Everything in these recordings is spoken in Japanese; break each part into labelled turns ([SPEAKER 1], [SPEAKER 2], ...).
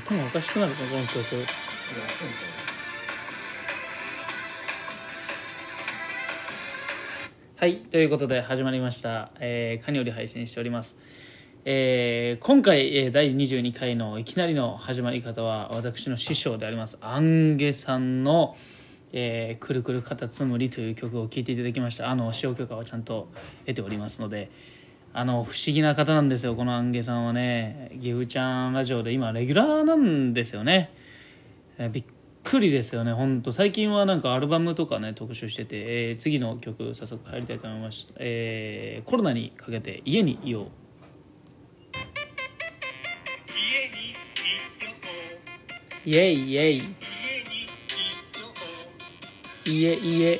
[SPEAKER 1] 頭おかしくなるねこの曲。はい、ということで始まりました、カニより配信しております。今回、第22回のいきなりの始まり方は私の師匠でありますアンゲさんの、くるくるカタツムリという曲を聴いていただきました。使用許可をちゃんと得ておりますので、不思議な方なんですよこのアンゲさんはね。岐阜ちゃんラジオで今レギュラーなんですよね。びっくりですよね本当。最近はなんかアルバムとかね特集してて、次の曲早速入りたいと思います。コロナにかけて家にいよう。イエイイエイ家家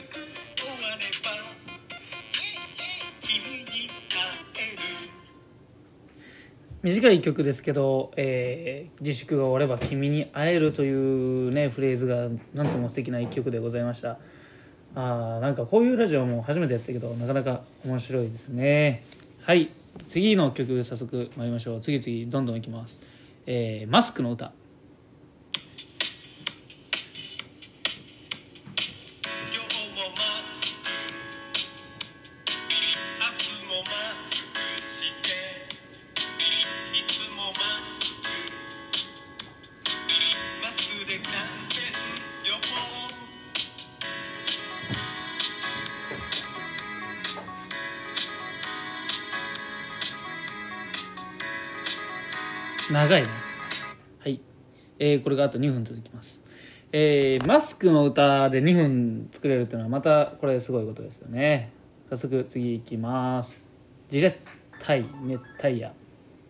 [SPEAKER 1] 短い曲ですけど、自粛が終われば君に会えるというねフレーズがなんとも素敵な一曲でございました。なんかこういうラジオも初めてやったけどなかなか面白いですね。はい、次の曲早速参りましょう。次々どんどんいきます。マスクの歌。長いね。はい、これがあと2分続きます。マスクの歌で2分作れるっていうのはまたこれすごいことですよね。早速次いきます。ジレッタイ熱帯夜。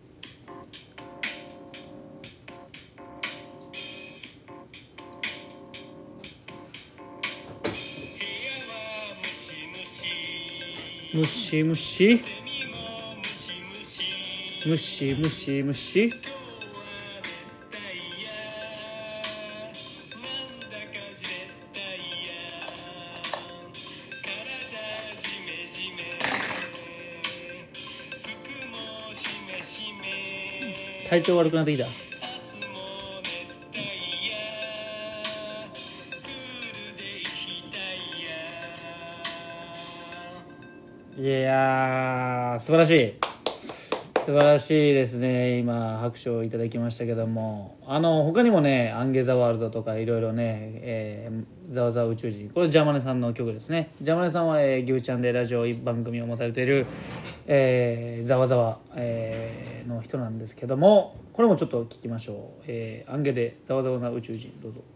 [SPEAKER 1] ムシムシムシムシムシ。体調悪くなってきた。いやー素晴らしい素晴らしいですね。今拍手をいただきましたけども、他にもねアンゲザワールドとかいろいろね、ざわざわ宇宙人、これジャマネさんの曲ですね。ジャマネさんは、ギューちゃんでラジオ番組を持たれている、ざわざわ、の人なんですけども、これもちょっと聞きましょう。アンゲでざわざわな宇宙人、どうぞ。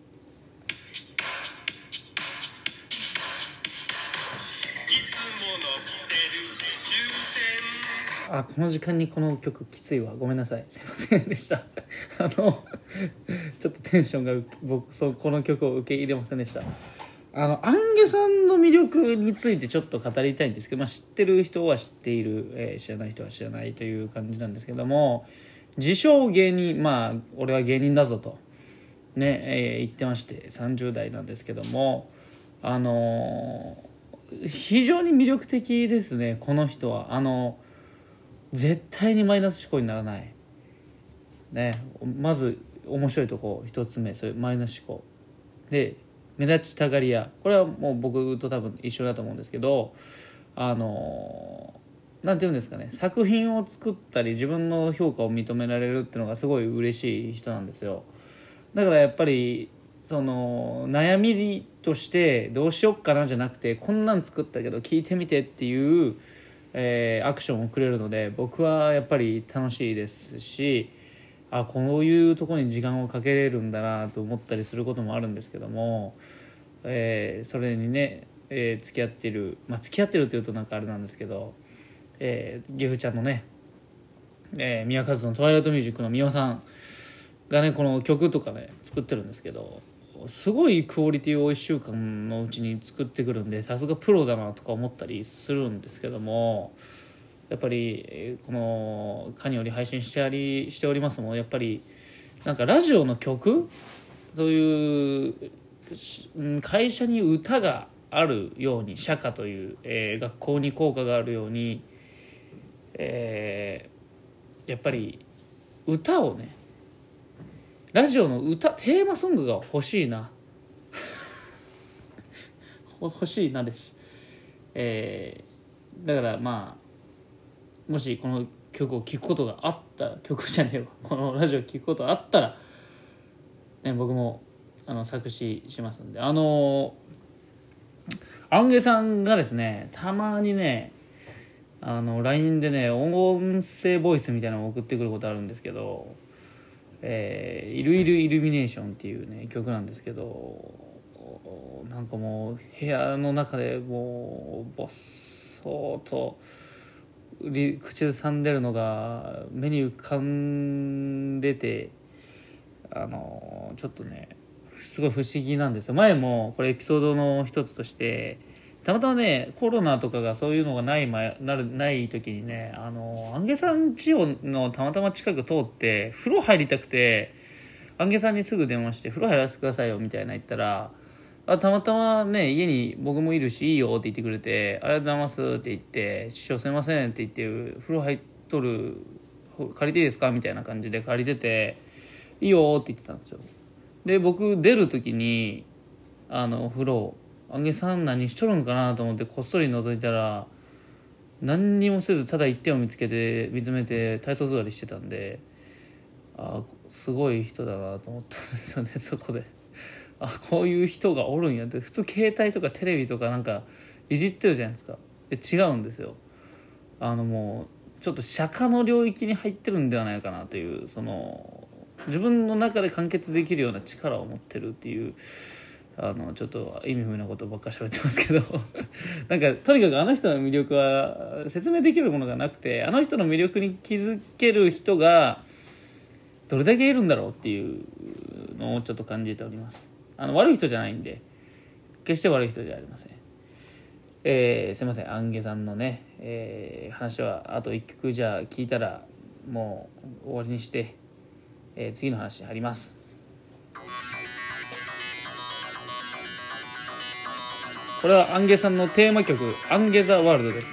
[SPEAKER 1] この時間にこの曲きついわ、ごめんなさい、すいませんでしたちょっとテンションがこの曲を受け入れませんでした。アンゲさんの魅力についてちょっと語りたいんですけど、知ってる人は知っている、知らない人は知らないという感じなんですけども、自称芸人、俺は芸人だぞとね、言ってまして、30代なんですけども、非常に魅力的ですねこの人は。絶対にマイナス思考にならないね。まず面白いとこ一つ目、それマイナス思考で、目立ちたがり屋、これはもう僕と多分一緒だと思うんですけど、なんていうんですかね、作品を作ったり自分の評価を認められるっていうのがすごい嬉しい人なんですよ。だからやっぱりその悩みとしてどうしよっかなじゃなくて、こんなん作ったけど聞いてみてっていうアクションをくれるので、僕はやっぱり楽しいですし、こういうところに時間をかけれるんだなと思ったりすることもあるんですけども、それにね、付き合ってる、付き合ってるというとなんかあれなんですけど、岐阜ちゃんのね、宮和のトワイライトミュージックの宮さんがねこの曲とかね作ってるんですけど、すごいクオリティを1週間のうちに作ってくるんで、さすがプロだなとか思ったりするんですけども、やっぱりこのカニより配信しておりますもん。やっぱりなんかラジオの曲、そういう会社に歌があるように、社歌という、学校に校歌があるように、やっぱり歌をねラジオのテーマソングが欲しいな欲しいなです、だからまあもしこの曲を聴くことがあった曲じゃねえわこのラジオを聴くことがあったら、ね、僕も作詞しますんでアンゲさんがですねたまにねLINE でね音声ボイスみたいなのを送ってくることあるんですけど、イルイルイルミネーションっていうね曲なんですけど、なんかもう部屋の中でもうボッソーと口ずさんでるのが目に浮かんでてちょっとねすごい不思議なんですよ。前もこれエピソードの一つとしてたまたまねコロナとかがそういうのがない時にねアンゲさん家のたまたま近く通って風呂入りたくてアンゲさんにすぐ電話して風呂入らせてくださいよみたいな言ったらたまたまね家に僕もいるしいいよって言ってくれてありがとうございますって言って師匠すいませんって言って風呂入っとる借りていいですかみたいな感じで借りてていいよって言ってたんですよ。で僕出る時に風呂あげさん何しとるんかなと思ってこっそり覗いたら何にもせずただ一点を見つめて体操座りしてたんで、すごい人だなと思ったんですよね。そこでこういう人がおるんやって。普通携帯とかテレビとかなんかいじってるじゃないですか。違うんですよ。もうちょっと釈迦の領域に入ってるんではないかなという自分の中で完結できるような力を持ってるっていうちょっと意味不明なことばっかり喋ってますけどなんかとにかくあの人の魅力は説明できるものがなくて、あの人の魅力に気づける人がどれだけいるんだろうっていうのをちょっと感じております。悪い人じゃないんで、決して悪い人じゃありません。すいません、アンゲさんのね、話はあと1曲じゃあ聞いたらもう終わりにして、次の話に入ります。これはアンゲさんのテーマ曲「アンゲ・ザ・ワールド」です。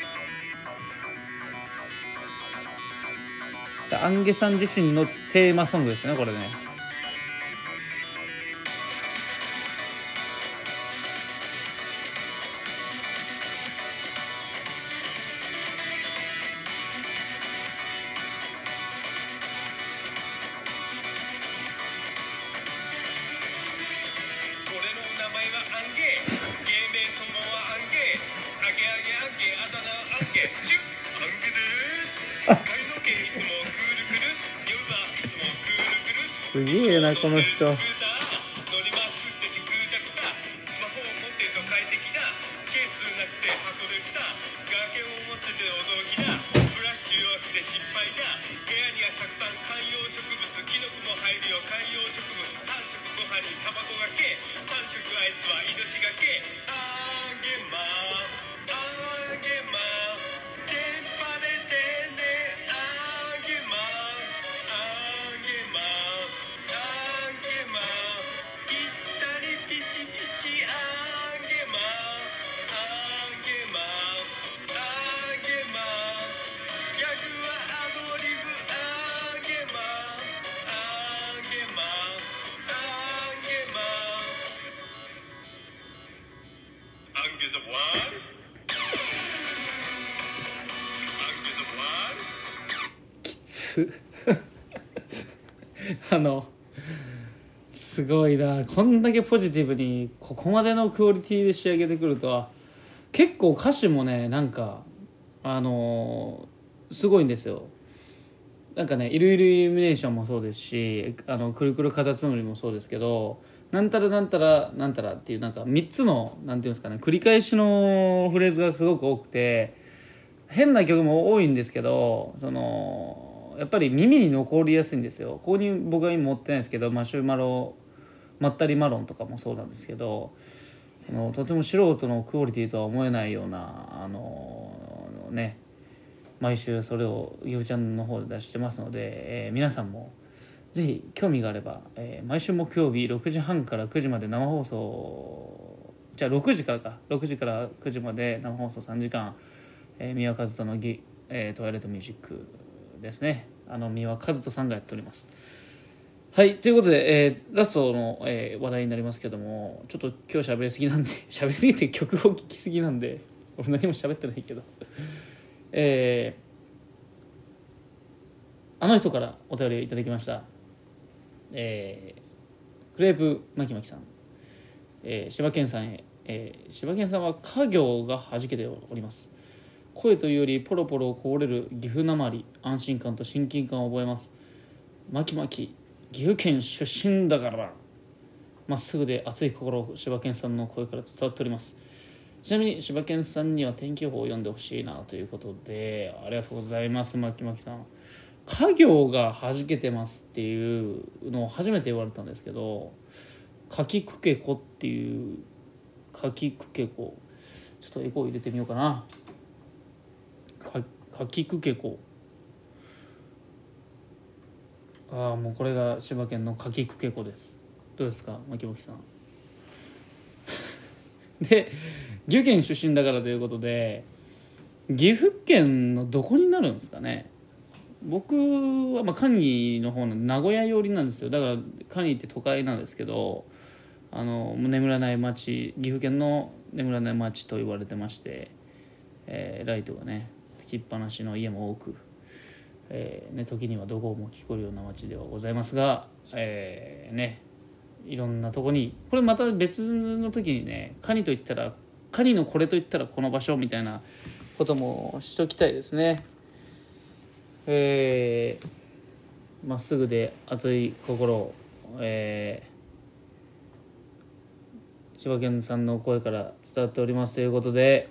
[SPEAKER 1] アンゲさん自身のテーマソングですねこれね。すげえなこの人。きつすごいな、こんだけポジティブにここまでのクオリティで仕上げてくるとは。結構歌詞もねなんかすごいんですよ。なんかねイルイルイルミネーションもそうですしくるくるカタツムリもそうですけど、なんたらなんたらなんたらっていうなんか3つのなんていうんですかね繰り返しのフレーズがすごく多くて変な曲も多いんですけど、やっぱり耳に残りやすいんですよ。ここに僕は今持ってないですけどマシュマロまったりマロンとかもそうなんですけど、とても素人のクオリティとは思えないようなね毎週それをゆうちゃんの方で出してますので、皆さんもぜひ興味があれば、毎週木曜日6時半から9時まで生放送、じゃあ6時から9時まで生放送3時間、三輪和人のトイレットミュージックですね。三輪和人さんがやっております。 はい、ということで、ラストの、話題になりますけども、ちょっと今日喋りすぎなんで喋りすぎて曲を聴きすぎなんで俺何も喋ってないけどあの人からお便りいただきました。クレープマキマキさん、柴犬さんへ、柴犬さんは家業がはじけております。声というよりポロポロこぼれる岐阜なまり、安心感と親近感を覚えます。マキマキ岐阜県出身だからまっすぐで熱い心を柴犬さんの声から伝わっております。ちなみに柴犬さんには天気予報を読んでほしいなということで、ありがとうございます。マキマキさん、家業がはじけてますっていうのを初めて言われたんですけど、かきくけこっていうかきくけこ、ちょっとエコー入れてみようかな。かきくけこ、ああ、もうこれが柴犬のかきくけこです。どうですかマキマキさんで、岐阜県出身だからということで、岐阜県のどこになるんですかね。僕はまあ蟹の方の名古屋寄りなんですよ。だから蟹って都会なんですけど、眠らない町、岐阜県の眠らない町と言われてまして、ライトがねつきっぱなしの家も多く、時には怒号も聞こえるような町ではございますが、いろんなとこに、これまた別の時にね、カニと言ったらカニのこれと言ったらこの場所みたいなこともしときたいですね。まっすぐで熱い心を、柴犬さんの声から伝わっておりますということで、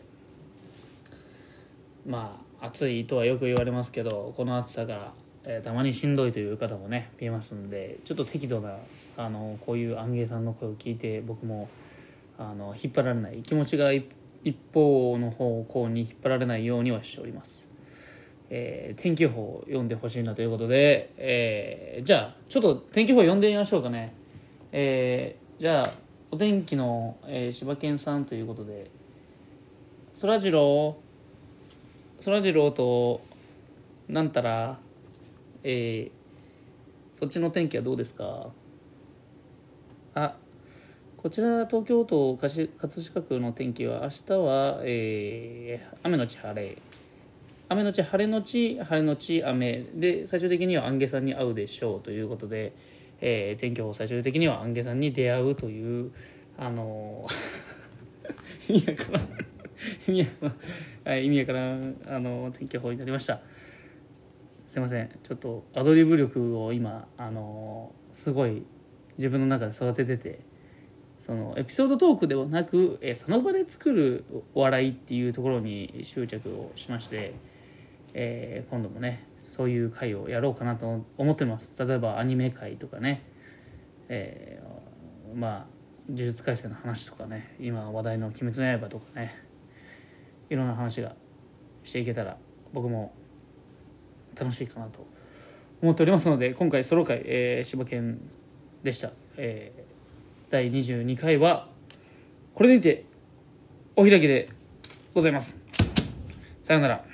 [SPEAKER 1] まあ暑いとはよく言われますけど、この暑さが、たまにしんどいという方もね見えますんで、ちょっと適度なこういうアンゲーさんの声を聞いて、僕も引っ張られない、気持ちが一方の方向に引っ張られないようにはしております。天気予報を読んでほしいなということで、じゃあちょっと天気予報読んでみましょうかね。じゃあお天気の、柴犬さんということで、そらジローとなんたら、そっちの天気はどうですか。こちら東京都葛飾区の天気は、明日は、雨のち晴れ、雨のち晴れのち晴れのち雨で、最終的にはアンゲさんに会うでしょうということで、天気予報最終的にはアンゲさんに出会うという意味やから意味やから天気予報になりました。すいません、ちょっとアドリブ力を今すごい自分の中で育ててて、そのエピソードトークではなく、その場で作るお笑いっていうところに執着をしまして、今度もねそういう回をやろうかなと思ってます。例えばアニメ回とかね、呪術廻戦の話とかね、今話題の鬼滅の刃とかね、いろんな話がしていけたら僕も楽しいかなと思っておりますので、今回ソロ回、柴犬でした。第22回はこれにてお開きでございます。さようなら。